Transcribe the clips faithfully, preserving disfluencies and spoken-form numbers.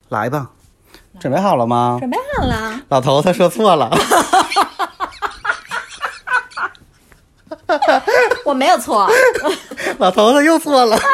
来吧，准备好了吗？ 准备好了。 老头他说错了。 我没有错。 老头子又错了。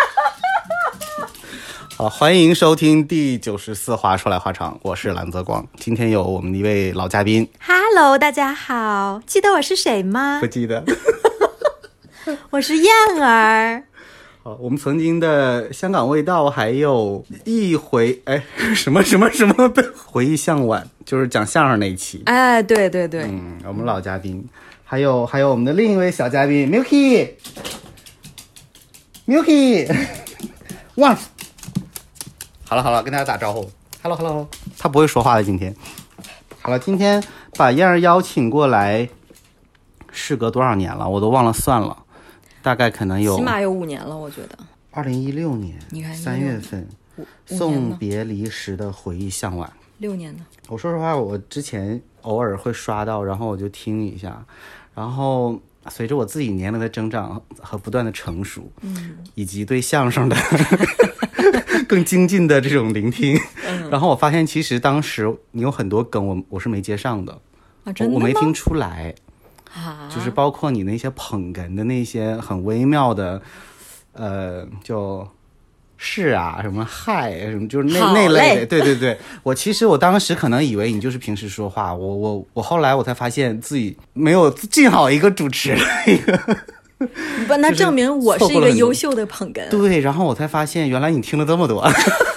好，欢迎收听第九十四话说来话长，我是蓝泽光。今天有我们的一位老嘉宾。 Hello， 大家好，记得我是谁吗？ 不记得。 我是燕儿。 好，我们曾经的香港味道，还有一回哎什么什么什么的回忆向晚，就是讲相声那一期。 哎，对对对， 嗯，我们老嘉宾，还有还有我们的另一位小嘉宾 Milky Milky 哇，好了好了，跟大家打招呼 ，Hello Hello， 他不会说话的今天。好了，今天把燕儿邀请过来，事隔多少年了，我都忘了算了。大概可能有， 起码有五年了，我觉得。 二零一六年， 你看三月份，送别离时的回忆向晚。 六年呢？ 我说实话，我之前偶尔会刷到，然后我就听一下，然后随着我自己年龄的增长和不断的成熟，嗯，以及对相声的更精进的这种聆听，嗯，然后我发现其实当时你有很多梗我我是没接上的， 啊，真的吗？ 我没听出来。 啊、 就是包括你那些捧哏的那些很微妙的，呃，就是啊，什么嗨，什么就是那那类的，对对对。我其实我当时可能以为你就是平时说话，我我我后来我才发现自己没有尽好一个主持的一个。 不，那证明我是一个优秀的捧哏。 对，然后我才发现原来你听了这么多。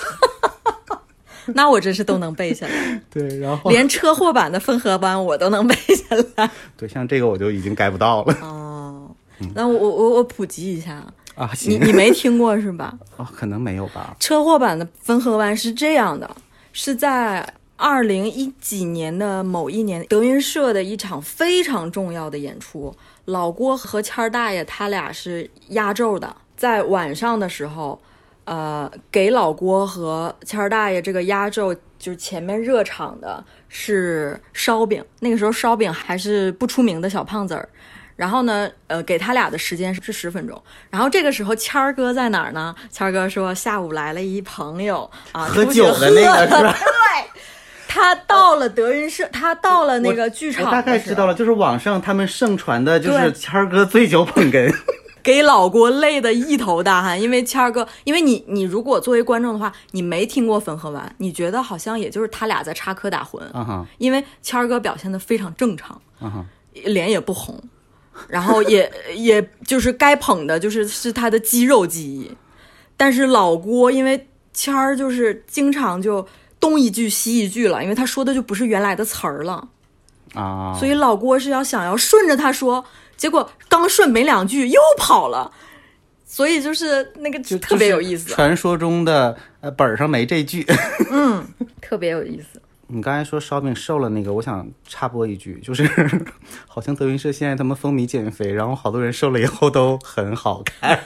那我真是都能背下来。 对，然后连车祸版的分合班我都能背下来。 对，像这个我就已经改不到了。 哦，那我我我普及一下啊，行， 你你没听过是吧？ 哦，可能没有吧。 车祸版的分合班是这样的，是在二零一几年的某一年，德云社的一场非常重要的演出，老郭和谦儿大爷他俩是压轴的，在晚上的时候。呃，给老郭和谦儿大爷这个压轴，就是前面热场的是烧饼，那个时候烧饼还是不出名的小胖子儿。然后呢，呃，给他俩的时间是十分钟。然后这个时候谦儿哥在哪儿呢？谦儿哥说下午来了一朋友啊， 喝酒的那个是吧？ 对，他到了德云社，他到了那个剧场。 我大概知道了，就是网上他们盛传的，就是谦儿哥醉酒捧哏。 给老郭累得一头大汗，因为谦儿哥，因为你你如果作为观众的话，你没听过分合完，你觉得好像也就是他俩在插科打诨， uh-huh. 因为谦儿哥表现得非常正常， uh-huh. 脸也不红，然后也也就是该捧的就是是他的肌肉记忆，但是老郭因为谦儿就是经常就东一句西一句了，因为他说的就不是原来的词儿了啊， uh. 所以老郭是要想要顺着他说。结果刚顺没两句又跑了，所以就是那个特别有意思。 就是、传说中的呃本上没这句， 嗯，特别有意思。 你刚才说烧饼瘦了那个，我想插播一句，就是好像德云社现在他们风靡减肥，然后好多人瘦了以后都很好看。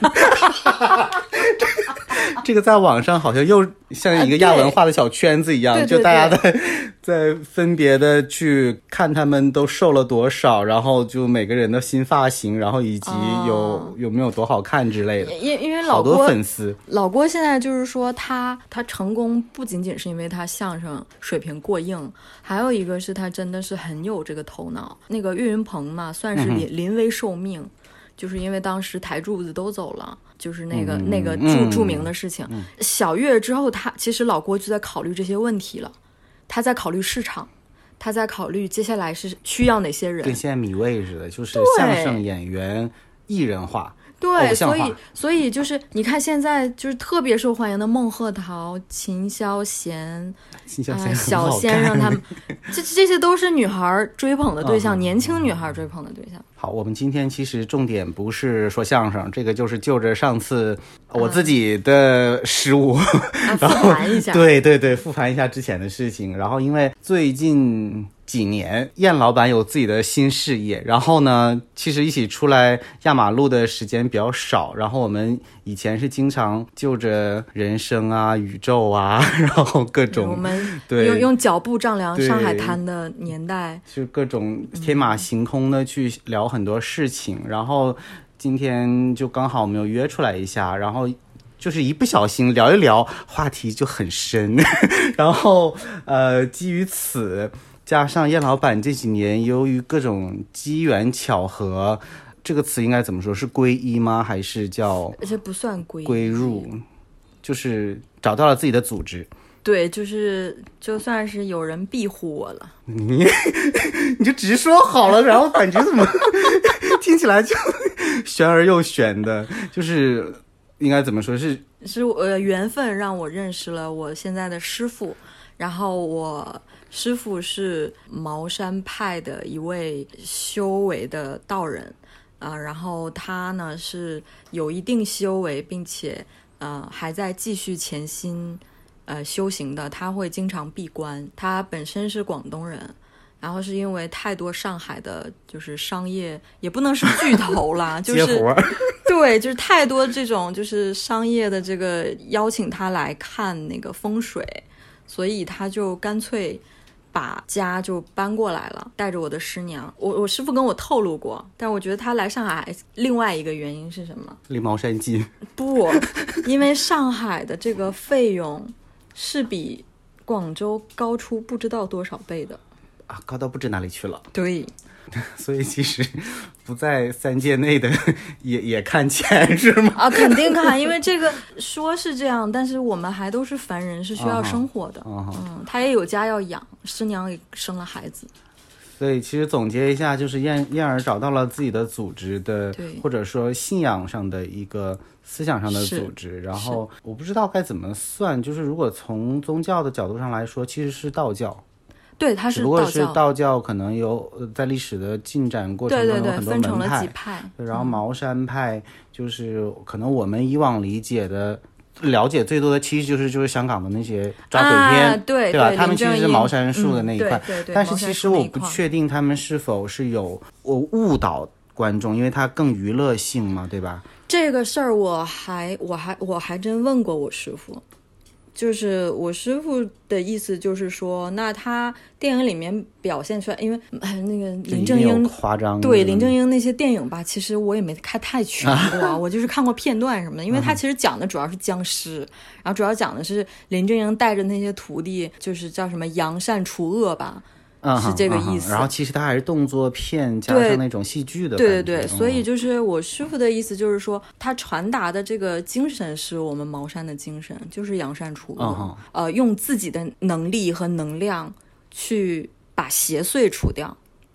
这个在网上好像又像一个亚文化的小圈子一样， 啊、 就大家在在分别的去看他们都瘦了多少，然后就每个人的新发型，然后以及有、哦、有没有多好看之类的。 因因为老郭好多粉丝， 老郭现在就是说他他成功不仅仅是因为他相声水平过硬，还有一个是他真的是很有这个头脑。那个岳云鹏嘛，算是临、嗯、临危受命。就是因为当时台柱子都走了，就是那个、嗯、那个著、嗯、著名的事情、嗯、小岳之后他其实老郭就在考虑这些问题了，他在考虑市场，他在考虑接下来是需要哪些人， 跟现在米未似的，就是相声演员艺人化， 对，所以所以就是你看现在就是特别受欢迎的孟鹤桃、秦霄贤、 秦霄贤、呃、 小先生他们，这这些都是女孩追捧的对象、嗯，年轻女孩追捧的对象。 好，我们今天其实重点不是说相声，这个就是就着上次我自己的失误， 啊、然后复盘一下， 对对对，复盘一下之前的事情。然后因为最近几年燕老板有自己的新事业，然后呢其实一起出来压马路的时间比较少，然后我们以前是经常就着人生啊宇宙啊然后各种我们对用用脚步丈量上海滩的年代， 就各种天马行空的去聊很多事情、嗯、然后今天就刚好我们又约出来一下，然后就是一不小心聊一聊话题就很深，然后呃，基于此加上燕老板这几年由于各种机缘巧合，这个词应该怎么说？是皈依吗？还是叫？ 这不算皈依， 归入，就是找到了自己的组织。 对，就是就算是有人庇护我了。 你你就直说好了，然后感觉怎么听起来就玄而又玄的，就是应该怎么说是是呃缘分让我认识了我现在的师父，然后我师父是茅山派的一位修为的道人啊、呃，然后他呢是有一定修为，并且呃还在继续潜心呃修行的，他会经常闭关。他本身是广东人，然后是因为太多上海的就是商业也不能是巨头啦，就是接活对，就是太多这种就是商业的这个邀请他来看那个风水，所以他就干脆把家就搬过来了，带着我的师娘。我我师父跟我透露过，但我觉得他来上海另外一个原因是什么？ 离茅山近。 不，因为上海的这个费用是比广州高出不知道多少倍的啊，高到不知哪里去了。 对， 所以其实不在三界内的也也看钱是吗？ 啊，肯定看，因为这个说是这样，但是我们还都是凡人，是需要生活的。 uh-huh, uh-huh. 嗯，他也有家要养，师娘也生了孩子。 所以其实总结一下，就是燕燕儿找到了自己的组织的，或者说信仰上的一个思想上的组织。然后我不知道该怎么算，就是如果从宗教的角度上来说，其实是道教。 对，它是道教。 只不过是道教可能有在历史的进展过程中有很多门派， 对对对，分成了几派。 然后茅山派就是可能我们以往理解的、了解最多的，其实就是就是香港的那些抓鬼片， 啊、对对吧？他们其实是茅山术的那一块、 嗯，对对对。 但是其实我不确定他们是否是有我误导观众，因为它更娱乐性嘛，对吧？ 这个事儿我还我还我还真问过我师父。就是我师父的意思就是说，那他电影里面表现出来，因为、呃、那个林正英夸张， 对林正英那些电影吧，其实我也没看太全过，我就是看过片段什么的，因为他其实讲的主要是僵尸，然后主要讲的是林正英带着那些徒弟，就是叫什么扬善除恶吧。 嗯、 是这个意思、 嗯嗯、然后其实它还是动作片加上那种戏剧的感觉。 对对对、嗯、所以就是我师父的意思就是说，他传达的这个精神是我们茅山的精神，就是扬善除恶、 嗯、 呃，用自己的能力和能量去把邪祟除掉。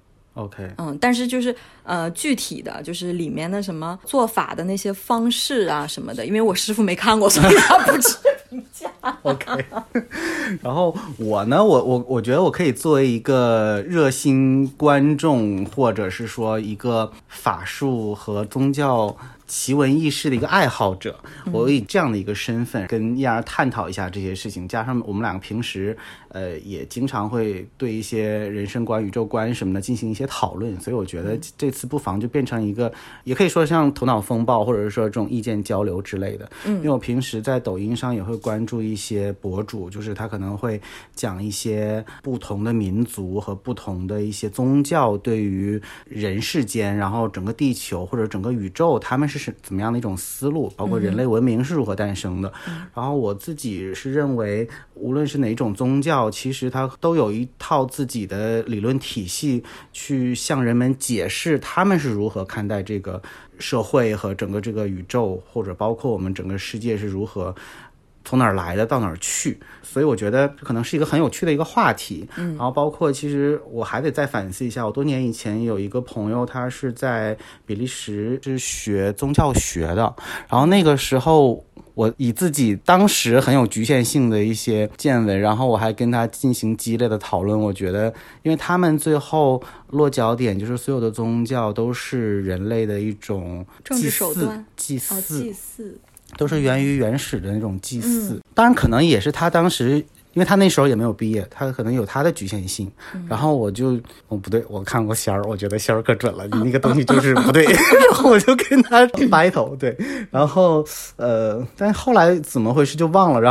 OK， 嗯，但是就是呃，具体的就是里面的什么做法的那些方式啊什么的，因为我师父没看过，所以他不知评价。 OK， 然后我呢，我我我觉得我可以作为一个热心观众，或者是说一个法术和宗教奇闻异事的一个爱好者，我以这样的一个身份跟燕儿探讨一下这些事情，加上我们两个平时呃也经常会对一些人生观、宇宙观什么的进行一些讨论，所以我觉得这次不妨就变成一个，也可以说像头脑风暴，或者是说这种意见交流之类的。嗯，因为我平时在抖音上也会关注一些博主，就是他可能会讲一些不同的民族和不同的一些宗教对于人世间，然后整个地球或者整个宇宙，他们是是怎么样的一种思路，包括人类文明是如何诞生的。嗯、然后我自己是认为，无论是哪种宗教，其实它都有一套自己的理论体系，去向人们解释他们是如何看待这个社会和整个这个宇宙，或者包括我们整个世界是如何从哪儿来的到哪儿去。所以我觉得可能是一个很有趣的一个话题。嗯，然后包括其实我还得再反思一下，我多年以前有一个朋友，他是在比利时是学宗教学的，然后那个时候我以自己当时很有局限性的一些见闻，然后我还跟他进行激烈的讨论。我觉得因为他们最后落脚点就是所有的宗教都是人类的一种政治手段， 祭祀、哦、 祭祀都是源于原始的那种祭祀、嗯、当然可能也是他当时，因为他那时候也没有毕业，他可能有他的局限性、嗯、然后我就哦不对，我看过仙儿，我觉得仙儿可准了，你那个东西就是不对然后我就跟他 battle 对，然后呃但后来怎么回事就忘了，然后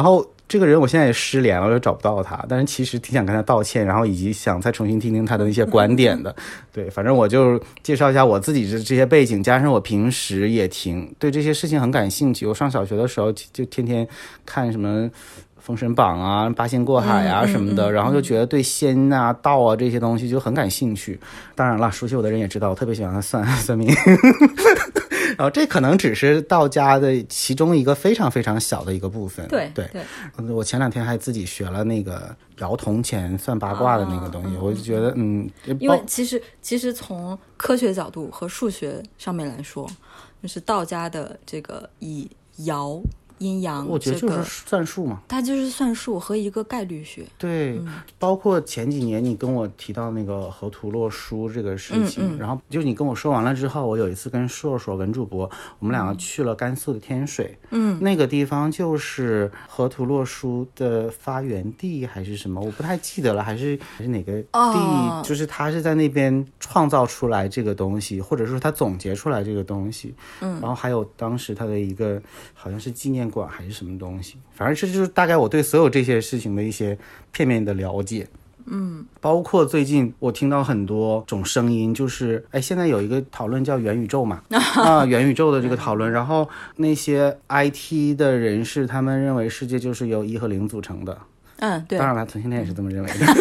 这个人我现在也失联了，我又找不到他，但是其实挺想跟他道歉，然后以及想再重新听听他的那些观点的。对，反正我就介绍一下我自己的这些背景，加上我平时也挺对这些事情很感兴趣。我上小学的时候就天天看什么封神榜啊、八仙过海啊什么的， 嗯嗯嗯、 然后就觉得对仙啊、道啊这些东西就很感兴趣。当然了，熟悉我的人也知道，我特别喜欢算算命。然后这可能只是道家的其中一个非常非常小的一个部分。 对对对， 我前两天还自己学了那个摇铜钱算八卦的那个东西，啊、我就觉得嗯， 因为其实其实从科学角度和数学上面来说，就是道家的这个以爻阴阳， 我觉得就是算术嘛， 它就是算术和一个概率学。 对、嗯，包括前几年你跟我提到那个河图洛书这个事情、嗯嗯、然后就你跟我说完了之后，我有一次跟硕硕文主播我们两个去了甘肃的天水，嗯，那个地方就是河图洛书的发源地还是什么我不太记得了，还是还是哪个地、哦、就是他是在那边创造出来这个东西，或者说他总结出来这个东西，嗯，然后还有当时他的一个好像是纪念馆还是什么东西，反正这就是大概我对所有这些事情的一些片面的了解。嗯，包括最近我听到很多种声音，就是哎，现在有一个讨论叫元宇宙嘛，啊，元宇宙的这个讨论，然后那些 I T 的人士他们认为世界就是由一和零组成的。 嗯，对， 当然了，同性恋也是这么认为的。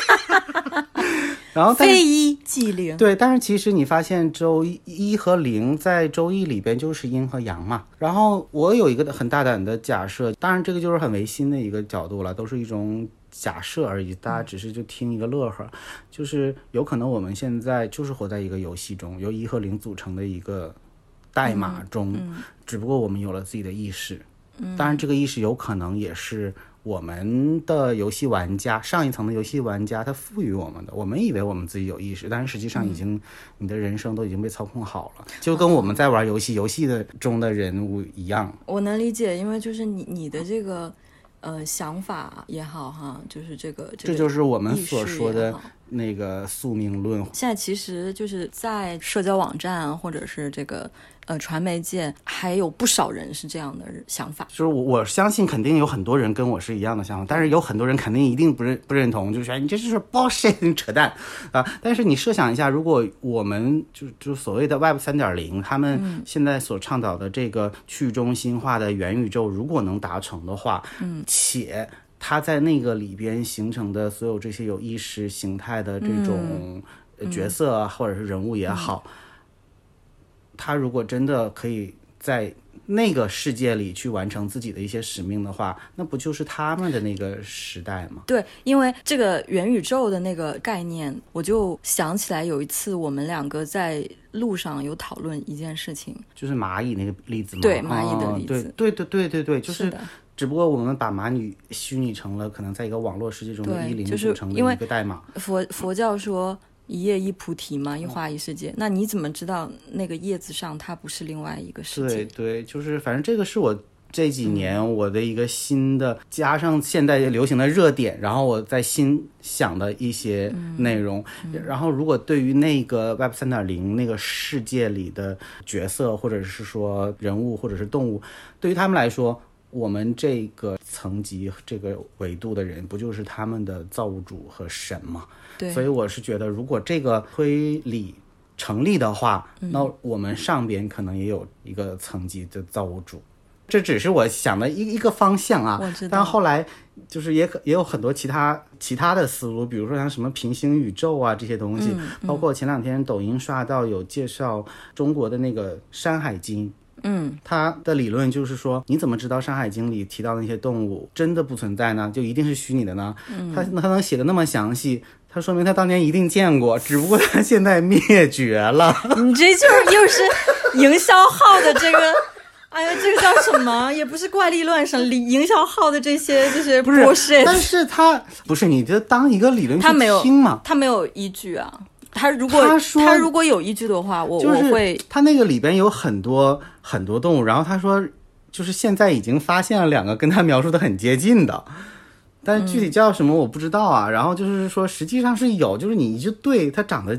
然后非一即零， 对，但是其实你发现周一一和零在周易里边就是阴和阳嘛。然后我有一个很大胆的假设，当然这个就是很唯心的一个角度了，都是一种假设而已，大家只是就听一个乐呵。就是有可能我们现在就是活在一个游戏中，由一和零组成的一个代码中、嗯嗯、只不过我们有了自己的意识，当然这个意识有可能也是我们的游戏玩家上一层的游戏玩家他赋予我们的，我们以为我们自己有意识，但是实际上已经、嗯、你的人生都已经被操控好了，就跟我们在玩游戏、哦、游戏的中的人物一样。 我能理解，因为就是你你的这个呃想法也好哈，就是这个、这个、 这就是我们所说的那个宿命论。 现在其实就是在社交网站或者是这个呃传媒界还有不少人是这样的想法， 就是我我相信肯定有很多人跟我是一样的想法，但是有很多人肯定一定不认不认同，就是说你这就是 bullshit 扯淡啊！但是你设想一下，如果我们就就所谓的 Web 三点零 他们现在所倡导的这个去中心化的元宇宙如果能达成的话，嗯，且它在那个里边形成的所有这些有意识形态的这种角色或者是人物也好、嗯嗯，他如果真的可以在那个世界里去完成自己的一些使命的话，那不就是他们的那个时代吗？ 对，因为这个元宇宙的那个概念，我就想起来有一次我们两个在路上有讨论一件事情， 就是蚂蚁那个例子吗？ 对，蚂蚁的例子、 哦、对对对对对，就是。 是只不过我们把蚂蚁虚拟成了可能在一个网络世界中的一零组成的一个代码。 佛佛教说一叶一菩提嘛，一花一世界、嗯、那你怎么知道那个叶子上它不是另外一个世界？ 对对，就是反正这个是我这几年我的一个新的、嗯、加上现在流行的热点，然后我在新想的一些内容、嗯嗯、然后如果对于那个 Web 三点零 那个世界里的角色或者是说人物或者是动物，对于他们来说，我们这个层级这个维度的人不就是他们的造物主和神吗？ 对， 所以我是觉得如果这个推理成立的话、嗯、那我们上边可能也有一个层级的造物主，这只是我想的一一个方向啊。 我知道， 但后来就是也也有很多其他其他的思路，比如说像什么平行宇宙啊这些东西、嗯嗯、包括前两天抖音刷到有介绍中国的那个山海经。嗯，他的理论就是说，你怎么知道《山海经》里提到的那些动物真的不存在呢？就一定是虚拟的呢？嗯，他他能写的那么详细，他说明他当年一定见过，只不过他现在灭绝了。 你这就是又是营销号的这个，哎呀，这个叫什么？也不是怪力乱神，营销号的这些这些不是，但是他不是你就当一个理论去听嘛， 他没有依据啊。他如果 他, 他如果有依据的话，我、 就是、 我会他那个里边有很多很多动物，然后他说就是现在已经发现了两个跟他描述的很接近的，但是具体叫什么我不知道啊、嗯、然后就是说实际上是有，就是你就对它长得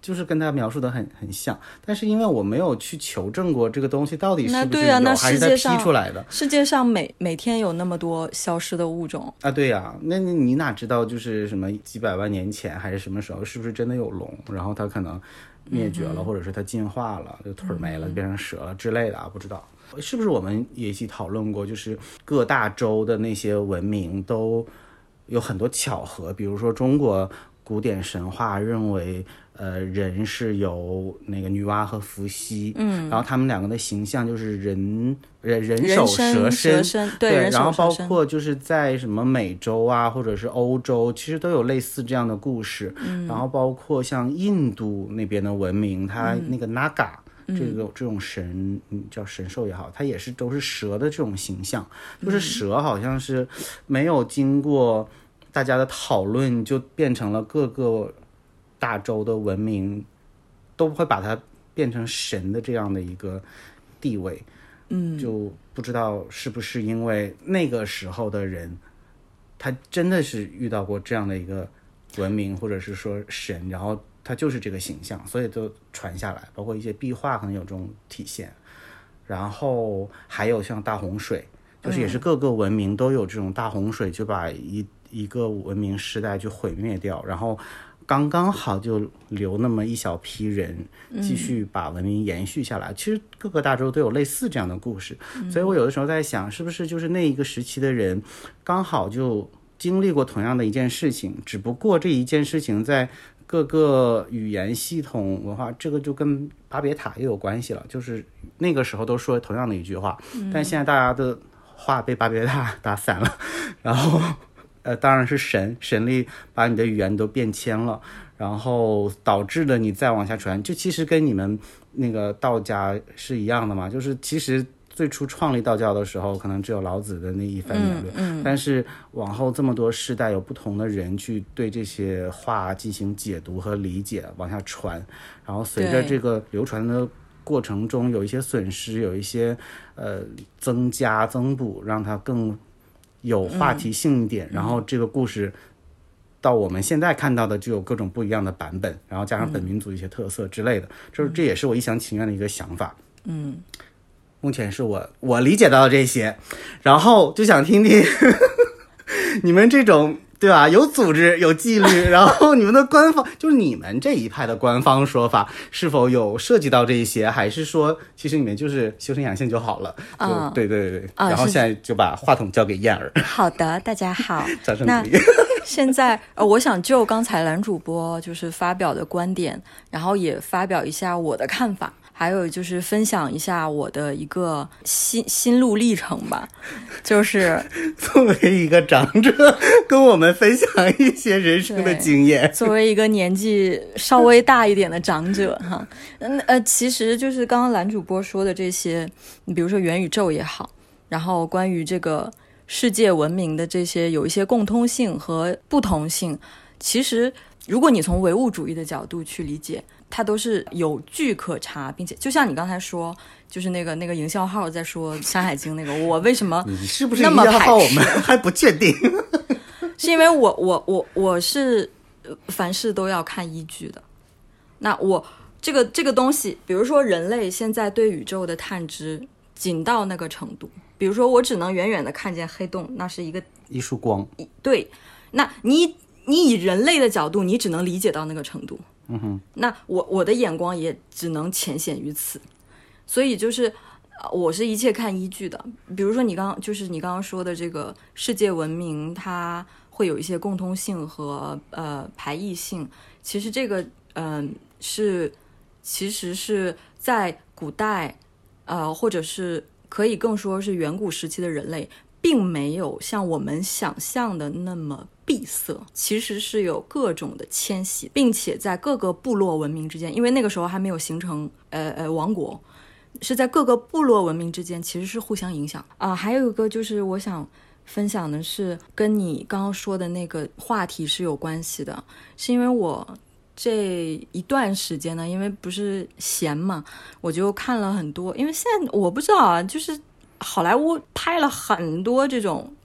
就是跟他描述的很很像，但是因为我没有去求证过这个东西到底是不是有， 那对啊，那还是他批出来的。 世界上每每天有那么多消失的物种啊，对呀、啊，那你哪知道就是什么几百万年前还是什么时候，是不是真的有龙，然后它可能灭绝了，嗯、或者是它进化了，就腿没了，变成蛇了之类的啊，不知道是不是我们也一起讨论过，就是各大洲的那些文明都有很多巧合，比如说中国古典神话认为。呃，人是由那个女娲和伏羲，嗯，然后他们两个的形象就是人人人手蛇身， 蛇身对， 对，然后包括就是在什么美洲啊，或者是欧洲，其实都有类似这样的故事。嗯，然后包括像印度那边的文明，它那个 Naga、嗯、这个这种神，嗯，叫神兽也好，它也是都是蛇的这种形象，就是蛇好像是没有经过大家的讨论，就变成了各个。大洲的文明都会把它变成神的这样的一个地位，嗯，就不知道是不是因为那个时候的人，他真的是遇到过这样的一个文明，或者是说神，然后他就是这个形象，所以都传下来，包括一些壁画可能有这种体现。然后还有像大洪水，就是也是各个文明都有这种大洪水，就把一一个文明时代就毁灭掉，然后。刚刚好就留那么一小批人继续把文明延续下来、嗯、其实各个大洲都有类似这样的故事、嗯、所以我有的时候在想是不是就是那一个时期的人刚好就经历过同样的一件事情，只不过这一件事情在各个语言系统文化，这个就跟巴别塔也有关系了，就是那个时候都说同样的一句话、嗯、但现在大家的话被巴别塔打散了，然后呃，当然是神神力把你的语言都变迁了，然后导致了你再往下传，就其实跟你们那个道家是一样的嘛，就是其实最初创立道教的时候，可能只有老子的那一番言论、嗯嗯，但是往后这么多世代，有不同的人去对这些话进行解读和理解，往下传，然后随着这个流传的过程中，有一些损失，有一些呃增加增补，让它更。有话题性一点、嗯、然后这个故事到我们现在看到的就有各种不一样的版本，然后加上本民族一些特色之类的，这、嗯、这也是我一厢情愿的一个想法。嗯，目前是我我理解到的这些，然后就想听听你们这种对吧，有组织有纪律，然后你们的官方就是你们这一派的官方说法是否有涉及到这一些，还是说其实你们就是修身养性就好了、嗯、对对对、嗯、然后现在就把话筒交给燕儿。 好的，大家好。那现在呃，我想就刚才蓝主播就是发表的观点，然后也发表一下我的看法，还有就是分享一下我的一个心心路历程吧，就是作为一个长者跟我们分享一些人生的经验， 作为一个年纪稍微大一点的长者哈，嗯呃，其实就是刚刚蓝主播说的这些，你比如说元宇宙也好，然后关于这个世界文明的这些有一些共通性和不同性，其实如果你从唯物主义的角度去理解，它都是有据可查，并且就像你刚才说，就是那个那个营销号在说《山海经》那个，我为什么你是不是营销号？我们还不确定， 是因为我我我我是凡事都要看依据的。那我这个这个东西，比如说人类现在对宇宙的探知仅到那个程度，比如说我只能远远的看见黑洞，那是一个一束光， 对，那你你以人类的角度，你只能理解到那个程度。嗯哼，那我我的眼光也只能浅显于此，所以就是我是一切看依据的。比如说你刚就是你刚刚说的这个世界文明，它会有一些共通性和呃排异性，其实这个嗯、呃、是其实是在古代呃或者是可以更说是远古时期的人类，并没有像我们想象的那么闭塞，其实是有各种的迁徙，并且在各个部落文明之间，因为那个时候还没有形成呃呃王国，是在各个部落文明之间其实是互相影响啊、呃。还有一个就是我想分享的是跟你刚刚说的那个话题是有关系的，是因为我这一段时间呢，因为不是闲嘛，我就看了很多，因为现在我不知道啊，就是好莱坞拍了很多这种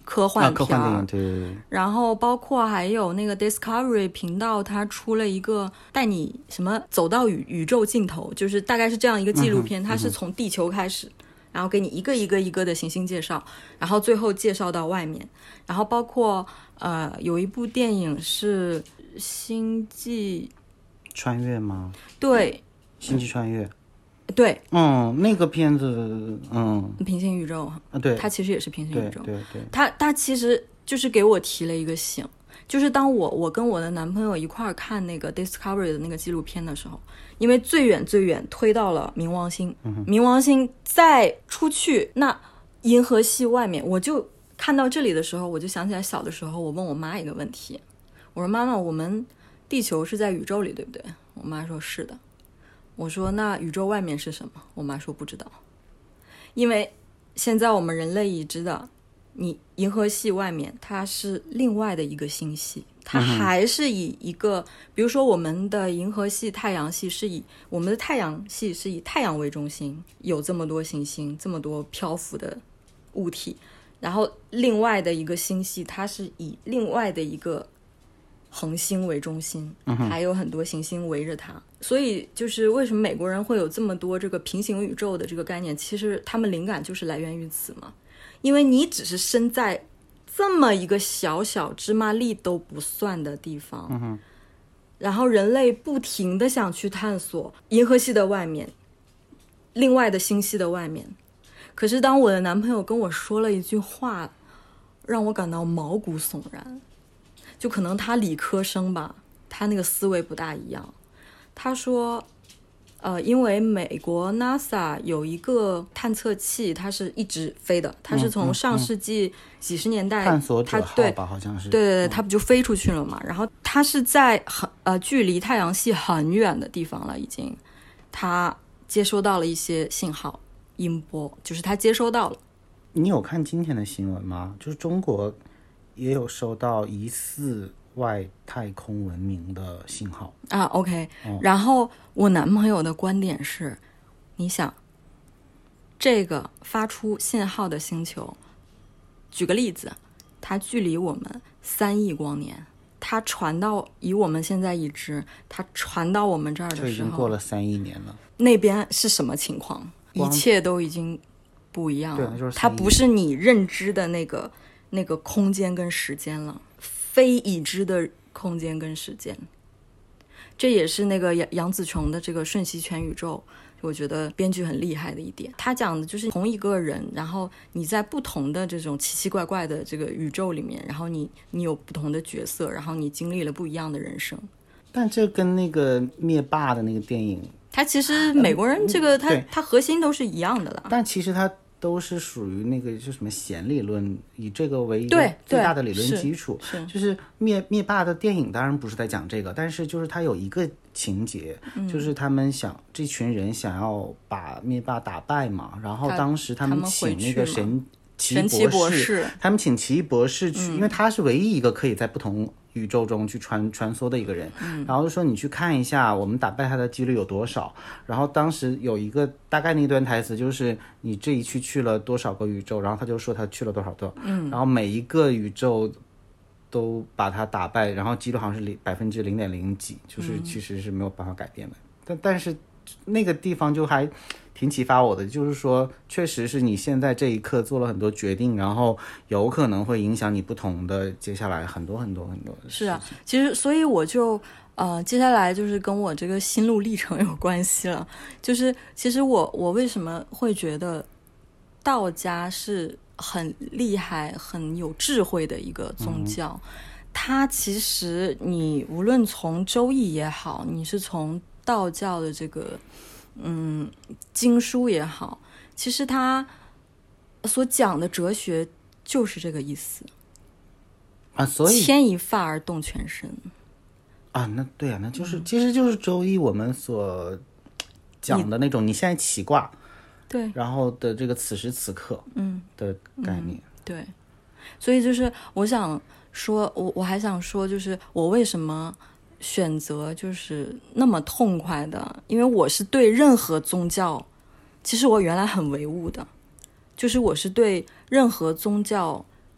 科幻片、 啊、科幻电影，对对对。 然后包括还有那个 Discovery 频道，它出了一个带你什么走到宇宇宙尽头，就是大概是这样一个纪录片， 嗯、 它是从地球开始。然后给你一个一个一个的行星介绍，然后最后介绍到外面，然后包括呃有一部电影是星际穿越吗？ 对， 星际穿越， 对， 嗯，那个片子，嗯， 平行宇宙啊，对， 它其实也是平行宇宙， 对对对， 它它其实就是给我提了一个醒，就是当我我跟我的男朋友一块儿看那个 Discovery 的那个纪录片的时候，因为最远最远推到了冥王星，嗯、冥王星再出去，那银河系外面，我就看到这里的时候，我就想起来小的时候，我问我妈一个问题，我说妈妈，我们地球是在宇宙里，对不对？我妈说是的。我说那宇宙外面是什么？我妈说不知道，因为现在我们人类已知的，你银河系外面它是另外的一个星系，它还是以一个、嗯、比如说我们的银河系太阳系是以我们的太阳系是以太阳为中心，有这么多行星，这么多漂浮的物体，然后另外的一个星系它是以另外的一个恒星为中心，还有很多行星围着它，所以就是为什么美国人会有这么多这个平行宇宙的这个概念，其实他们灵感就是来源于此嘛。因为你只是身在这么一个小小芝麻粒都不算的地方、嗯、然后人类不停地想去探索银河系的外面，另外的星系的外面，可是当我的男朋友跟我说了一句话让我感到毛骨悚然，就可能他理科生吧，他那个思维不大一样。他说呃，因为美国 NASA 有一个探测器，它是一直飞的，它是从上世纪几十年代、 嗯嗯、探索者号吧，好像是， 对对对，它不就飞出去了嘛？然后它是在很呃距离太阳系很远的地方了，已经，它接收到了一些信号音波，就是它接收到了。 你有看今天的新闻吗？就是中国也有收到疑似外太空文明的信号啊 OK、 哦、 然后我男朋友的观点是，你想这个发出信号的星球，举个例子，它距离我们三亿光年，它传到以我们现在已知，它传到我们这儿的时候就已经过了三亿年了， 那边是什么情况？一切都已经不一样了， 对， 它不是你认知的那个那个空间跟时间了，非已知的空间跟时间。这也是那个杨紫琼的这个瞬息全宇宙，我觉得编剧很厉害的一点。他讲的就是同一个人，然后你在不同的这种奇奇怪怪的这个宇宙里面，然后你你有不同的角色，然后你经历了不一样的人生。 但这跟那个灭霸的那个电影， 他其实美国人这个、嗯、他他核心都是一样的啦。 但其实他都是属于那个就什么弦理论，以这个为一个最大的理论基础。 是就是灭灭霸的电影当然不是在讲这个，但是就是他有一个情节、嗯、就是他们想这群人想要把灭霸打败嘛，然后当时他们请那个神奇博士， 神奇博士他们请奇异博士去、嗯、因为他是唯一一个可以在不同宇宙中去穿穿梭的一个人、嗯、然后就说你去看一下我们打败他的几率有多少，然后当时有一个大概那段台词就是你这一去去了多少个宇宙，然后他就说他去了多少个、嗯、然后每一个宇宙都把他打败，然后几率好像是百分之零点零几，就是其实是没有办法改变的、嗯、但但是那个地方就还挺启发我的，就是说确实是你现在这一刻做了很多决定，然后有可能会影响你不同的接下来很多很多很多的事情。 是啊，其实所以我就呃接下来就是跟我这个心路历程有关系了，就是其实我我为什么会觉得道家是很厉害很有智慧的一个宗教、嗯、它其实你无论从周易也好，你是从道教的这个嗯经书也好，其实它所讲的哲学就是这个意思啊，所以牵一发而动全身啊，那对啊，那就是、嗯、其实就是周易我们所讲的那种你现在起卦对， 然后的这个此时此刻嗯的概念、嗯、 对，所以就是我想说我我还想说就是我为什么选择就是那么痛快的，因为我是对任何宗教其实我原来很唯物的，就是我是对任何宗教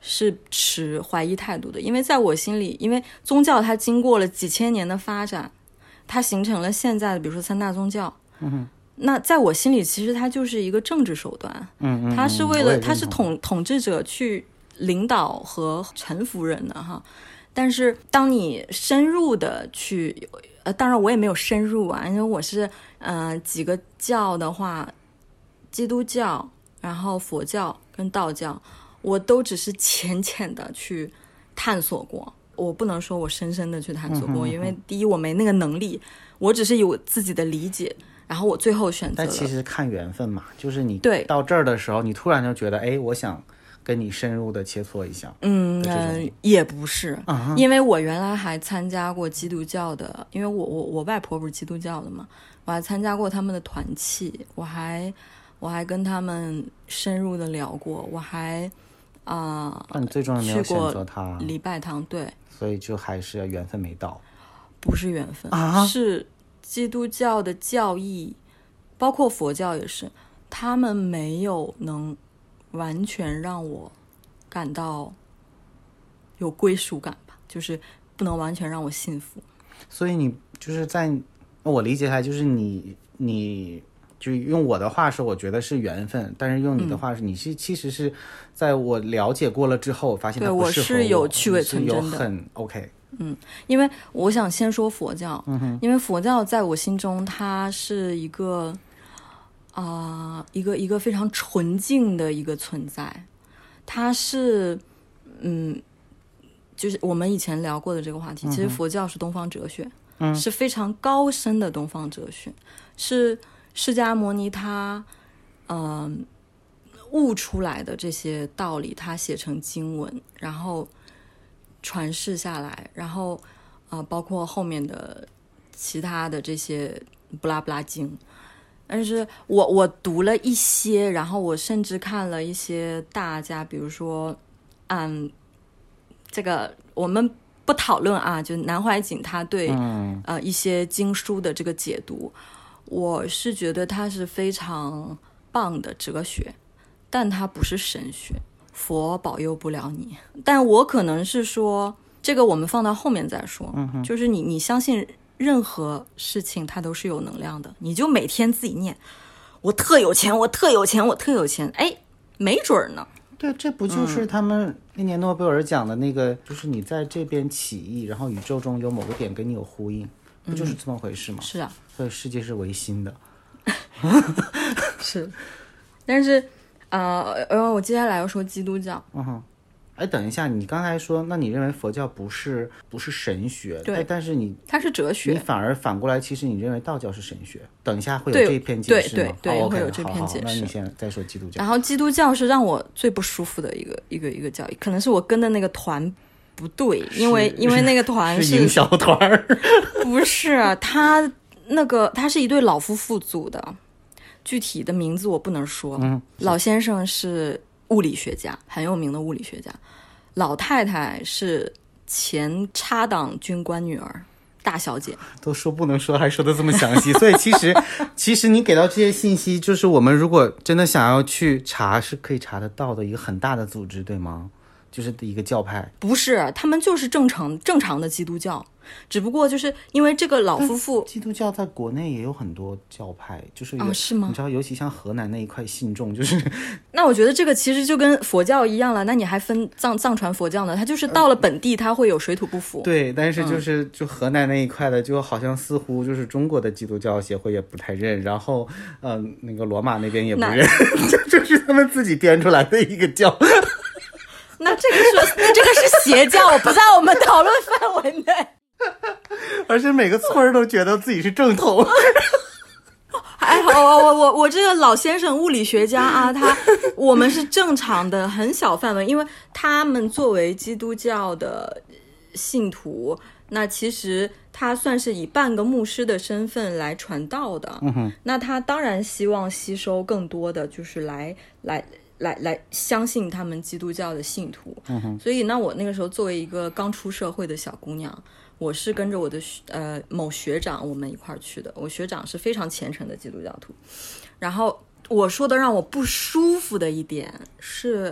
是持怀疑态度的，因为在我心里，因为宗教它经过了几千年的发展，它形成了现在的比如说三大宗教， 嗯哼， 那在我心里其实它就是一个政治手段， 嗯嗯， 它是为了它是统统治者去领导和臣服人的哈。但是当你深入的去呃，当然我也没有深入啊，因为我是呃几个教的话，基督教然后佛教跟道教我都只是浅浅的去探索过，我不能说我深深的去探索过，嗯哼嗯哼，因为第一我没那个能力，我只是有自己的理解，然后我最后选择了。 但其实看缘分嘛，就是你对到这儿的时候你突然就觉得哎，我想跟你深入的切磋一下。 嗯、呃、也不是、uh-huh. 因为我原来还参加过基督教的，因为我我我外婆不是基督教的嘛，我还参加过他们的团契，我还我还跟他们深入的聊过，我还啊、呃， 你最终没有选择他礼拜堂，对， 所以就还是缘分没到。 不是缘分、 啊、 是基督教的教义，包括佛教也是，他们没有能完全让我感到有归属感吧，就是不能完全让我信服。 所以你就是在我理解下来，就是你你就用我的话说，我觉得是缘分，但是用你的话是、嗯、你是其实是在我了解过了之后，我发现它不适合我， 对，我是有去伪存真的， 很 OK。 嗯，因为我想先说佛教， 嗯哼， 因为佛教在我心中它是一个啊、呃，一个一个非常纯净的一个存在，它是嗯，就是我们以前聊过的这个话题， 嗯、 其实佛教是东方哲学， 嗯， 是非常高深的东方哲学，是释迦牟尼他嗯、呃、悟出来的这些道理，他写成经文，然后传世下来，然后啊、呃，包括后面的其他的这些布拉布拉经。但是我我读了一些，然后我甚至看了一些大家，比如说，嗯，这个我们不讨论啊，就南怀瑾他对、 嗯、 呃一些经书的这个解读，我是觉得它是非常棒的哲学，但它不是神学，佛保佑不了你。但我可能是说，这个我们放到后面再说， 嗯、 就是你你相信任何事情它都是有能量的，你就每天自己念我特有钱我特有钱我特有钱，哎，没准呢。 对，这不就是他们那年诺贝尔奖的那个、嗯、就是你在这边起义，然后宇宙中有某个点跟你有呼应，不就是这么回事吗？ 是啊， 所以世界是唯心的。 是，但是呃，我接下来要说基督教。 嗯哼，哎，等一下，你刚才说，那你认为佛教不是不是神学？ 对， 但是你它是哲学， 你反而反过来，其实你认为道教是神学。等一下会有这篇解释吗？ 对对对， 哦、 会有这篇解释。 好好，那你先再说基督教。 然后基督教是让我最不舒服的一个一个一个教义，可能是我跟的那个团不对，因为因为那个团是营销团， 不是他那个他是一对老夫妇组的。具体的名字我不能说、 嗯、 老先生是物理学家，很有名的物理学家，老太太是前插党军官女儿，大小姐。 都说不能说还说的这么详细，所以其实其实你给到这些信息，就是我们如果真的想要去查是可以查得到的一个很大的组织，对吗？就是一个教派。 不是，他们就是正常正常的基督教，只不过就是因为这个老夫妇， 基督教在国内也有很多教派，就是啊、哦，是吗？ 你知道，尤其像河南那一块信众，就是那我觉得这个其实就跟佛教一样了，那你还分藏藏传佛教呢？它就是到了本地，它会有水土不服。 对，但是就是、嗯、就河南那一块的，就好像似乎就是中国的基督教协会也不太认，然后嗯、呃，那个罗马那边也不认，就就是他们自己编出来的一个教。 那这个是那这个是邪教，不在我们讨论范围内。 而且每个村都觉得自己是正统。 还好，我我我这个老先生物理学家啊，他我们是正常的，很小范围，因为他们作为基督教的信徒，那其实他算是以半个牧师的身份来传道的。 嗯哼， 那他当然希望吸收更多的，就是来来。来来相信他们基督教的信徒、 嗯、 所以那我那个时候作为一个刚出社会的小姑娘，我是跟着我的呃某学长我们一块儿去的，我学长是非常虔诚的基督教徒。然后我说的让我不舒服的一点是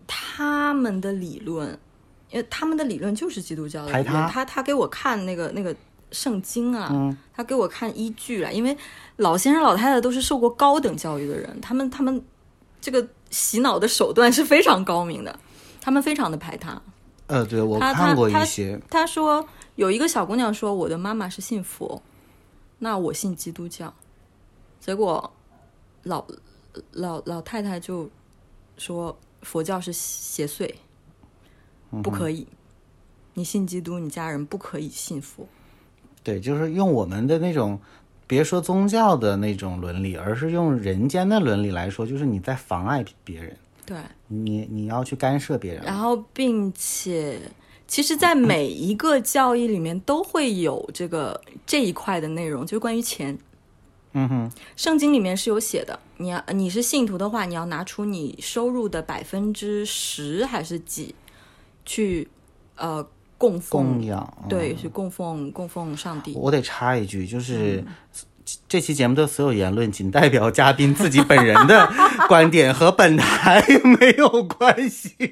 他们的理论，因为他们的理论就是基督教的排他， 他他给我看那个那个圣经啊、 嗯， 他给我看依据了，因为老先生老太太都是受过高等教育的人，他们他们这个洗脑的手段是非常高明的，他们非常的排他。 呃，对，我他看过一些。 他, 他, 他说有一个小姑娘说，我的妈妈是信佛，那我信基督教。结果老老老太太就说佛教是邪祟，不可以，你信基督，你家人不可以信佛。 对，就是用我们的那种，别说宗教的那种伦理，而是用人间的伦理来说，就是你在妨碍别人。 对， 你你要去干涉别人， 然后并且其实在每一个教义里面都会有这个这一块的内容，就是关于钱。 嗯哼， 圣经里面是有写的，你要你是信徒的话，你要拿出你收入的百分之十还是几去呃供奉供养，嗯、 对，去供奉供奉上帝。 我得插一句，就是。嗯，这期节目的所有言论仅代表嘉宾自己本人的观点，和本台没有关系。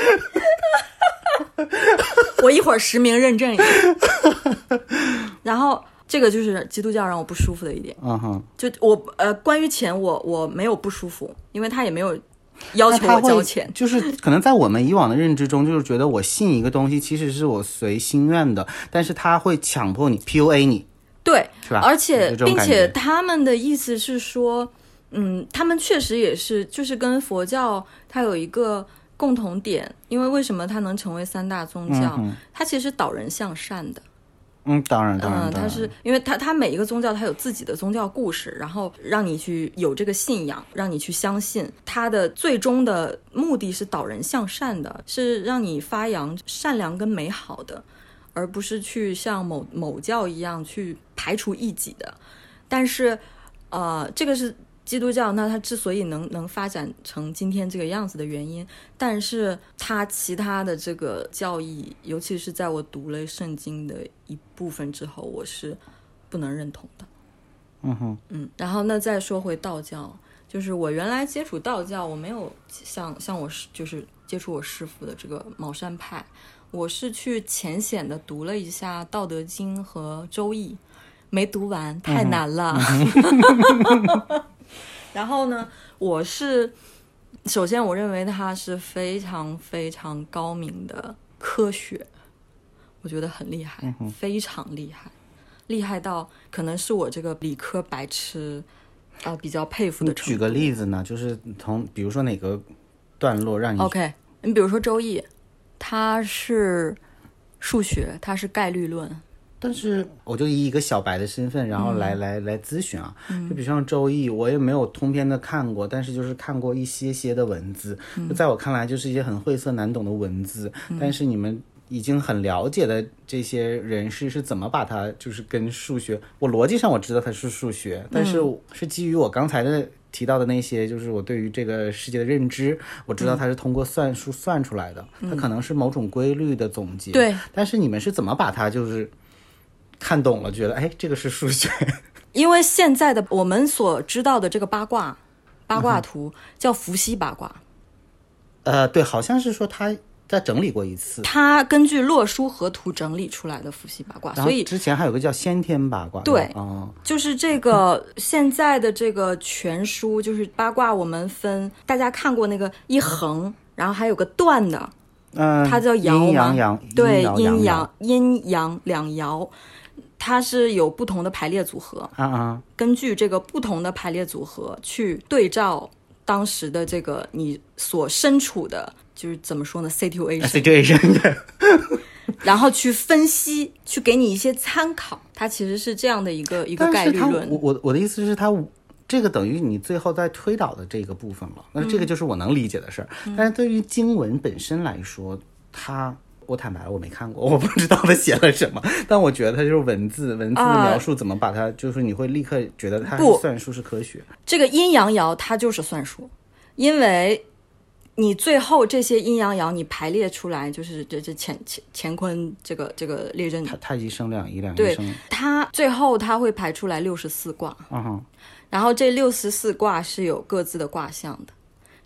我一会儿实名认证一下。然后这个就是基督教让我不舒服的一点。 嗯哼， 就我呃，关于钱我我没有不舒服，因为他也没有要求我交钱。 就是可能在我们以往的认知中，就是觉得我信一个东西其实是我随心愿的，但是他会强迫你 P U A 你。 对， 是吧？ 而且并且他们的意思是说，嗯，他们确实也是，就是跟佛教它有一个共同点，因为为什么它能成为三大宗教？ 嗯、 它其实导人向善的。 嗯，当然，当然， 嗯，它是因为它它每一个宗教它有自己的宗教故事，然后让你去有这个信仰，让你去相信，它的最终的目的是导人向善的，是让你发扬善良跟美好的。而不是去像某某教一样去排除异己的。但是呃，这个是基督教，那它之所以能能发展成今天这个样子的原因，但是它其他的这个教义，尤其是在我读了圣经的一部分之后，我是不能认同的。 嗯哼， 嗯，然后那再说回道教，就是我原来接触道教，我没有像像我就是接触我师父的这个茅山派，我是去浅显的读了一下《道德经》和《周易》，没读完，太难了。嗯、然后呢，我是首先我认为它是非常非常高明的科学，我觉得很厉害， 嗯、 非常厉害，厉害到可能是我这个理科白痴啊、呃、比较佩服的程度。 举个例子呢，就是从比如说哪个段落让你 OK， 你比如说《周易》。它是数学，它是概率论， 但是我就以一个小白的身份，然后来、嗯、来来咨询啊， 嗯、 就比如像《周易》，我也没有通篇的看过，但是就是看过一些些的文字， 嗯、 就在我看来就是一些很晦涩难懂的文字，嗯、但是你们已经很了解的这些人士是怎么把它就是跟数学，我逻辑上我知道它是数学，但是是基于我刚才的提到的那些，就是我对于这个世界的认知，我知道它是通过算术算出来的， 嗯、 它可能是某种规律的总结。 对， 但是你们是怎么把它就是看懂了，觉得哎，这个是数学？ 因为现在的我们所知道的这个八卦八卦图、嗯、叫伏羲八卦。 呃，对，好像是说他再整理过一次， 他根据洛书河图整理出来的伏羲八卦，所以之前还有个叫先天八卦。 对， 哦， 就是这个现在的这个全书，就是八卦，我们分，大家看过那个一横，然后还有个断的， 嗯， 它叫爻吗？ 阴阳阳， 对， 阴阳阴阳两爻，它是有不同的排列组合啊啊， 根据这个不同的排列组合去对照当时的这个你所身处的。就是怎么说呢 situation situation 的然后去分析，去给你一些参考，它其实是这样的一个一个概率论。 我我我的意思是它这个等于你最后在推导的这个部分了，那这个就是我能理解的事儿、嗯、但是对于经文本身来说，它我坦白了我没看过，我不知道它写了什么，但我觉得它就是文字文字的描述怎么把它、呃、就是你会立刻觉得它是算术是科学。 这个阴阳爻它就是算术，因为你最后这些阴阳爻你排列出来，就是这这乾乾乾坤这个这个列阵， 太极生两仪，两仪对生， 它最后它会排出来六十四卦， 嗯哼， 然后这六十四卦是有各自的卦象的，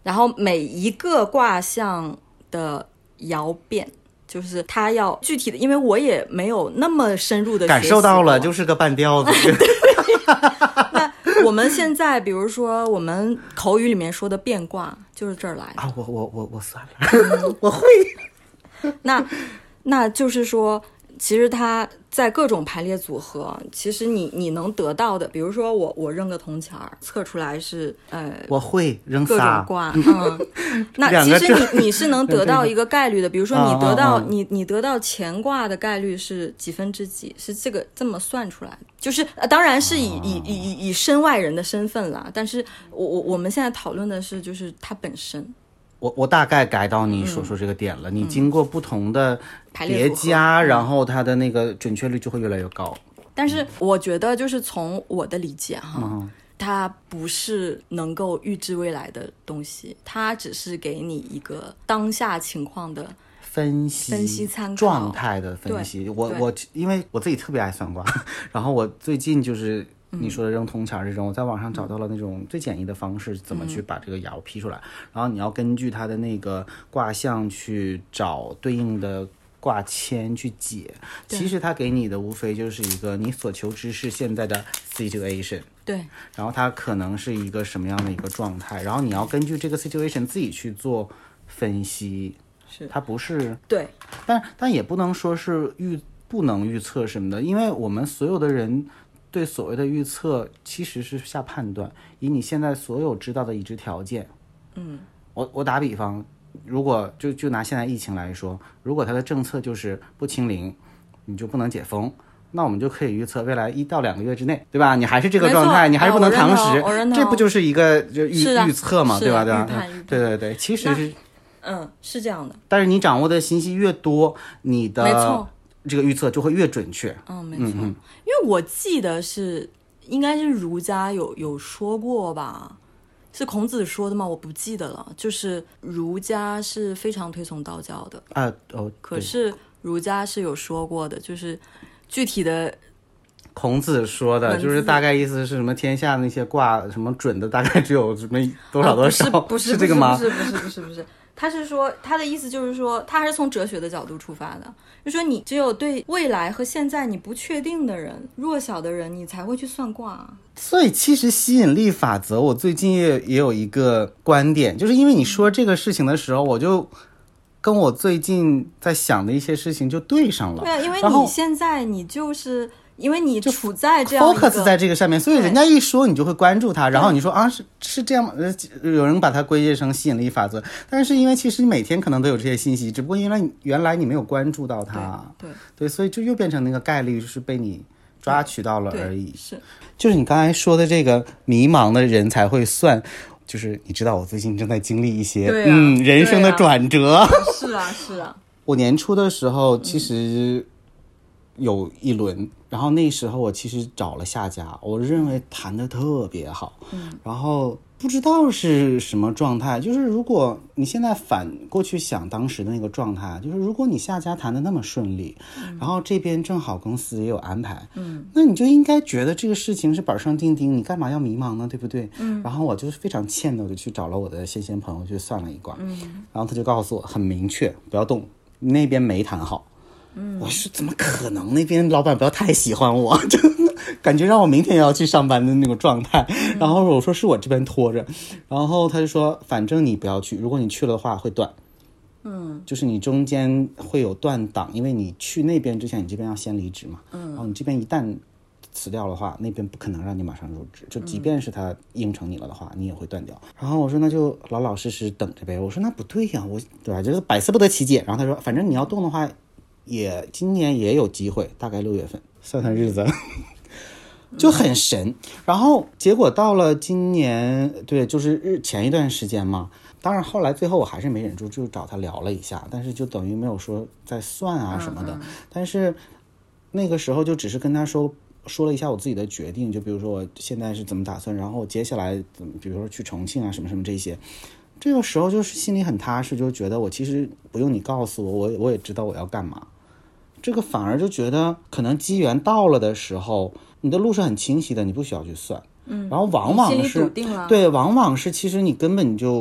然后每一个卦象的爻变，就是它要具体的，因为我也没有那么深入的感受到了，就是个半吊子。 那我们现在比如说我们口语里面说的变卦就是这儿来的啊，我我我我算了，我会。 那那就是说，其实它在各种排列组合，其实你你能得到的，比如说我我扔个铜钱儿，测出来是呃， 我会扔各种仨卦，嗯，那其实你你是能得到一个概率的，比如说你得到、 嗯嗯嗯你你得到乾卦的概率是几分之几，是这个这么算出来的，就是呃当然是以、 哦、 以以以以身外人的身份啦，但是我我我们现在讨论的是就是它本身。 我我大概改到你所说这个点了、嗯、你经过不同的叠加、嗯、然后它的那个准确率就会越来越高。 但是我觉得就是从我的理解哈、 嗯、 它不是能够预知未来的东西，它只是给你一个当下情况的分析分析参考状态的分析。我我因为我自己特别爱算卦，然后我最近就是你说的扔铜钱这种、嗯、我在网上找到了那种最简易的方式，怎么去把这个爻批出来、嗯、然后你要根据它的那个卦象去找对应的卦签去解。其实它给你的无非就是一个你所求之是现在的 situation， 对， 然后它可能是一个什么样的一个状态，然后你要根据这个 situation 自己去做分析。 是它不是对， 但但也不能说是预不能预测什么的，因为我们所有的人对所谓的预测其实是下判断，以你现在所有知道的已知条件。 嗯， 我我打比方，如果就就拿现在疫情来说，如果它的政策就是不清零，你就不能解封，那我们就可以预测未来一到两个月之内，对吧？你还是这个状态，你还是不能堂食、 啊、 这不就是一个就预、啊、预测嘛，对吧？对吧？ 预判预判对对对，其实是嗯是这样的。 但是你掌握的信息越多，你的没错。 这个预测就会越准确。 嗯，没错，嗯嗯，因为我记得是应该是儒家有有说过吧，是孔子说的吗？我不记得了。就是儒家是非常推崇道教的啊，哦， 可是儒家是有说过的，就是具体的。 孔子说的就是大概意思是什么？天下那些卦什么准的，大概只有什么多少多少？ 啊、不是，不是， 是这个吗？ 不是，不是，不是，不是。他是说，他的意思就是说，他还是从哲学的角度出发的，就是说你只有对未来和现在你不确定的人、弱小的人，你才会去算卦。 所以其实吸引力法则，我最近也也有一个观点，就是因为你说这个事情的时候，我就跟我最近在想的一些事情就对上了。 对啊，因为你现在你就是因为你处在这样一个 focus 在这个上面，所以人家一说你就会关注它，然后你说啊是是这样吗？有人把它归结成吸引力法则，但是因为其实你每天可能都有这些信息，只不过因为原来你没有关注到它， 对 对, 对，所以就又变成那个概率就是被你抓取到了而已。 是， 就是你刚才说的这个迷茫的人才会算，就是你知道我最近正在经历一些、 啊、 嗯人生的转折。 啊是啊是啊， 我年初的时候其实有一轮，然后那时候我其实找了下家，我认为谈的特别好， 嗯， 然后不知道是什么状态，就是如果你现在反过去想当时的那个状态，就是如果你下家谈的那么顺利，嗯，然后这边正好公司也有安排， 嗯， 那你就应该觉得这个事情是板上钉钉，你干嘛要迷茫呢，对不对？ 嗯， 然后我就是非常欠的，我就去找了我的先贤朋友去算了一卦， 嗯， 然后他就告诉我很明确，不要动，那边没谈好。 嗯， 我说怎么可能？那边老板不要太喜欢我，就感觉让我明天也要去上班的那种状态。嗯、然后我说是我这边拖着，然后他就说反正你不要去，如果你去了的话会断， 嗯， 就是你中间会有断档，因为你去那边之前你这边要先离职嘛， 嗯， 然后你这边一旦辞掉的话，那边不可能让你马上入职，就即便是他应承你了的话，嗯、你也会断掉。然后我说那就老老实实等着呗。我说那不对呀，我对吧？这个百思不得其解。然后他说反正你要动的话。也今年也有机会，大概六月份，算算日子就很神。然后结果到了今年，对，就是日前一段时间嘛，当然后来最后我还是没忍住，就找他聊了一下，但是就等于没有说在算啊什么的。 嗯嗯但是那个时候就只是跟他说说了一下我自己的决定，就比如说我现在是怎么打算，然后接下来怎么，比如说去重庆啊什么什么这些。这个时候就是心里很踏实，就觉得我其实不用你告诉我，我我也知道我要干嘛。这个反而就觉得可能机缘到了的时候，你的路是很清晰的，你不需要去算。 嗯， 然后往往是心里笃定了， 对，往往是其实你根本就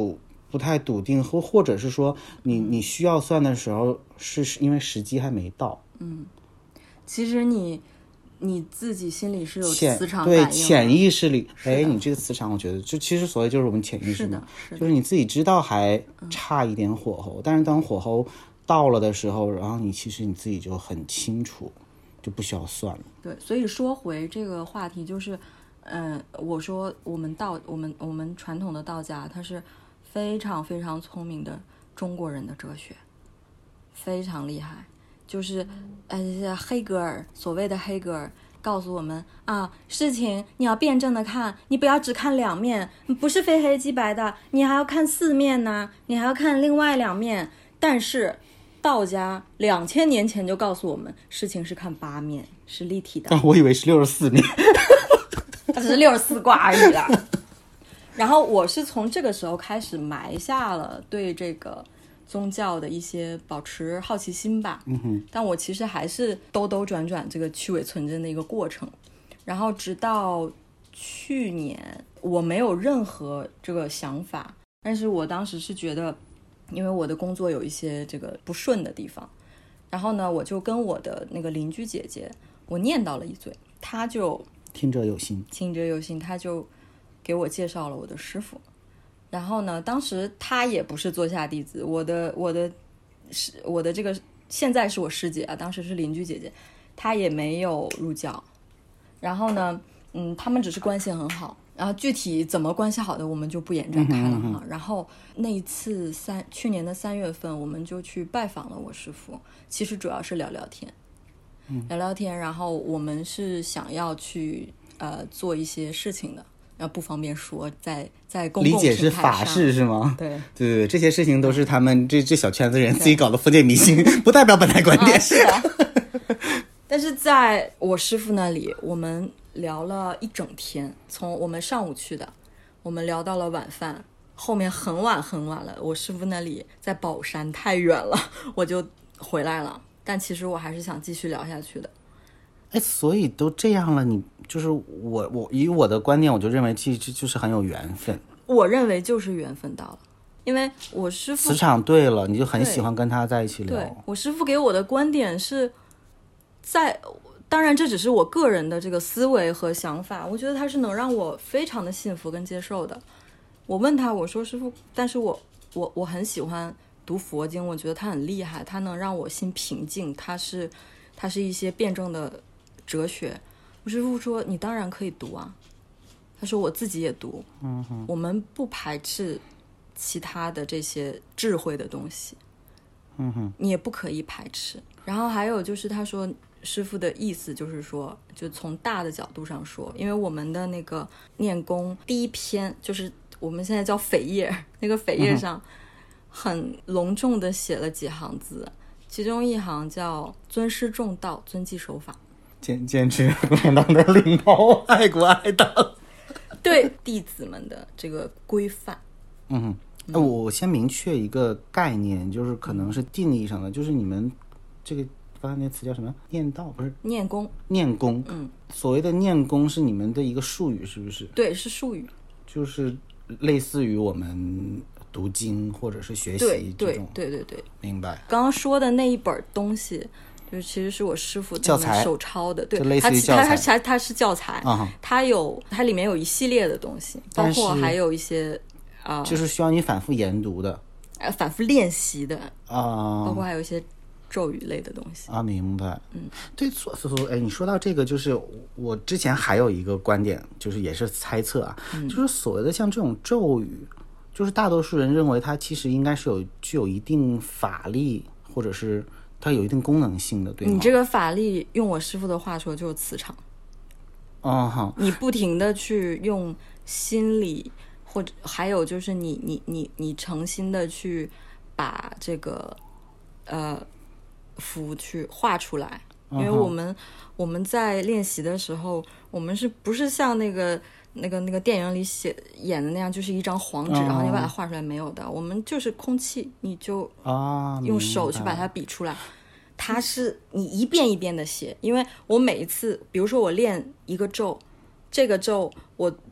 不太笃定，或或者是说你你需要算的时候是是因为时机还没到。 嗯，其实你你自己心里是有潜磁场感应的， 对潜意识里，哎，你这个磁场，我觉得就其实所谓就是我们潜意识嘛， 是的， 就是你自己知道还差一点火候，嗯、但是当火候到了的时候，然后你其实你自己就很清楚，就不需要算了。 对，所以说回这个话题，就是，嗯、呃，我说我们道我们我们传统的道家，它是非常非常聪明的中国人的哲学，非常厉害。就是呃，黑格尔所谓的黑格尔告诉我们啊，事情你要辩证的看，你不要只看两面，不是非黑即白的，你还要看四面呢，你还要看另外两面。但是道家两千年前就告诉我们，事情是看八面，是立体的。 啊、我以为是六十四面， 它只是六十四卦而已啦。然后我是从这个时候开始埋下了对这个宗教的一些保持好奇心吧。 嗯哼， 但我其实还是兜兜转转这个去伪存真的一个过程。然后直到去年，我没有任何这个想法，但是我当时是觉得，因为我的工作有一些这个不顺的地方，然后呢，我就跟我的那个邻居姐姐，我念叨了一嘴，她就听者有心， 听者有心，她就给我介绍了我的师傅。然后呢，当时她也不是座下弟子，我的我的是我的这个现在是我师姐啊，当时是邻居姐姐，她也没有入教。然后呢，嗯，他们只是关系很好。然后具体怎么关系好的我们就不延展开了哈。嗯嗯、然后那一次三去年的三月份，我们就去拜访了我师父，其实主要是聊聊天，嗯、聊聊天。然后我们是想要去呃做一些事情的，然后不方便说，在在公共理解是法事是吗？ 对对对，这些事情都是他们这这小圈子人自己搞的封建迷信，不代表本台观点。 啊、是的。但是在我师父那里，我们聊了一整天，从我们上午去的，我们聊到了晚饭，后面很晚很晚了，我师父那里在宝山太远了，我就回来了。但其实我还是想继续聊下去的。 哎，所以都这样了，你就是我我以我的观点，我就认为其实就是很有缘分。 我认为就是缘分到了，因为我师父磁场对了，你就很喜欢跟他在一起聊。 对，我师父给我的观点是在。当然这只是我个人的这个思维和想法，我觉得他是能让我非常的幸福跟接受的。我问他，我说师父，但是我我我很喜欢读佛经，我觉得他很厉害，他能让我心平静，他是他是一些辩证的哲学。我师父说你当然可以读啊，他说我自己也读， 嗯哼， 我们不排斥其他的这些智慧的东西， 嗯哼， 你也不可以排斥。然后还有就是他说师父的意思就是说，就从大的角度上说，因为我们的那个念功第一篇就是我们现在叫扉页，那个扉页上很隆重的写了几行字，其中一行叫尊师重道，遵纪守法， 坚坚持共产党的领导，爱国爱党， 对弟子们的这个规范。 嗯哼，嗯，我先明确一个概念，就是可能是定义上的，就是你们这个刚才那词叫什么？念道不是？ 念功。 念功， 嗯， 所谓的念功是你们的一个术语，是不是？ 对，是术语， 就是类似于我们读经或者是学习这种。 对对对对对， 明白。 刚刚说的那一本东西，就是其实是我师傅教材手抄的，对， 就类似于教材， 它它它是教材， 啊， 它有它里面有一系列的东西，包括还有一些啊、呃， 就是需要你反复研读的， 呃，反复练习的啊， 包括还有一些咒语类的东西啊，明白。 嗯， 对，所所以，哎，你说到这个，就是我之前还有一个观点，就是也是猜测啊， 嗯、 就是所谓的像这种咒语，就是大多数人认为它其实应该是有具有一定法力，或者是它有一定功能性的，对吗？ 你这个法力，用我师父的话说就是磁场。 哦，好， 你不停的去用心理，或者还有就是你你你你诚心的去把这个呃符去画出来，因为我们、uh-huh. 我们在练习的时候，我们是不是像那个那个那个电影里写演的那样，就是一张黄纸， uh-huh. 然后你把它画出来，没有的，我们就是空气，你就用手去把它比出来。Uh-huh. 它是你一遍一遍的写，因为我每一次，比如说我练一个咒，这个咒我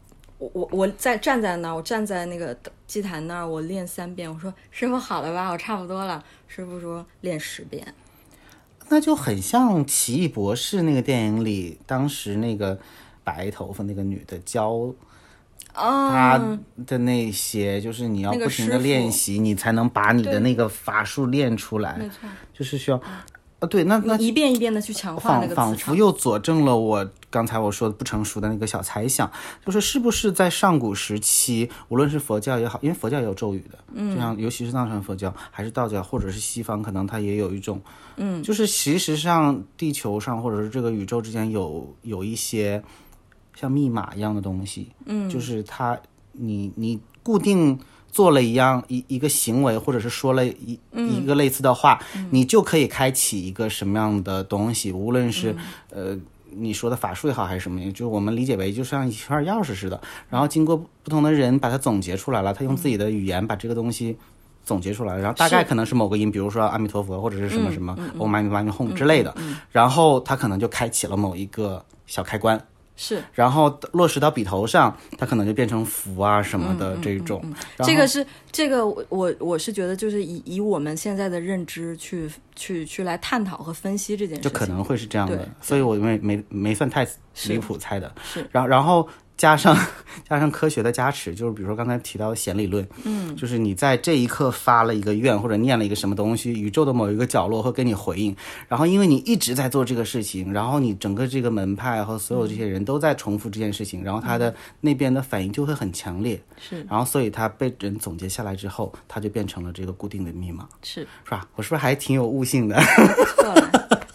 我我我在站在那儿，我站在那个祭坛那儿，我练三遍。我说师傅好了吧，我差不多了。师傅说练十遍。 那就很像《奇异博士》那个电影里，当时那个白头发那个女的教她的那些，就是你要不停的练习，你才能把你的那个法术练出来。 没错， 就是需要。啊，对，那那一遍一遍的去强化那个磁场， 仿佛又佐证了我刚才我说的不成熟的那个小猜想，就是是不是在上古时期，无论是佛教也好，因为佛教也有咒语的，嗯，就像尤其是藏传佛教，还是道教，或者是西方，可能它也有一种，嗯，就是其实上地球上或者是这个宇宙之间有有一些像密码一样的东西，嗯，就是它你你固定做了一样一一个行为，或者是说了一、嗯、一个类似的话、嗯，你就可以开启一个什么样的东西，无论是、嗯、呃你说的法术也好还是什么，就是我们理解为就像一串钥匙似的，然后经过不同的人把它总结出来了，他用自己的语言把这个东西总结出来了，然后大概可能是某个音，比如说阿弥陀佛或者是什么什么 Oh my my home 之类的、嗯嗯嗯，然后他可能就开启了某一个小开关。 是， 然后落实到笔头上，它可能就变成符啊什么的这种。嗯嗯嗯、 这个是这个我我是觉得就是以以我们现在的认知去去去来探讨和分析这件事情， 就可能会是这样的。所以我没没没算太离谱猜的。 是， 然后然后加上加上科学的加持，就是比如说刚才提到的弦理论，嗯，就是你在这一刻发了一个愿或者念了一个什么东西，宇宙的某一个角落会给你回应，然后因为你一直在做这个事情，然后你整个这个门派和所有这些人都在重复这件事情，然后他的那边的反应就会很强烈， 是， 然后所以他被人总结下来之后，他就变成了这个固定的密码， 是是吧？我是不是还挺有悟性的？ 错了。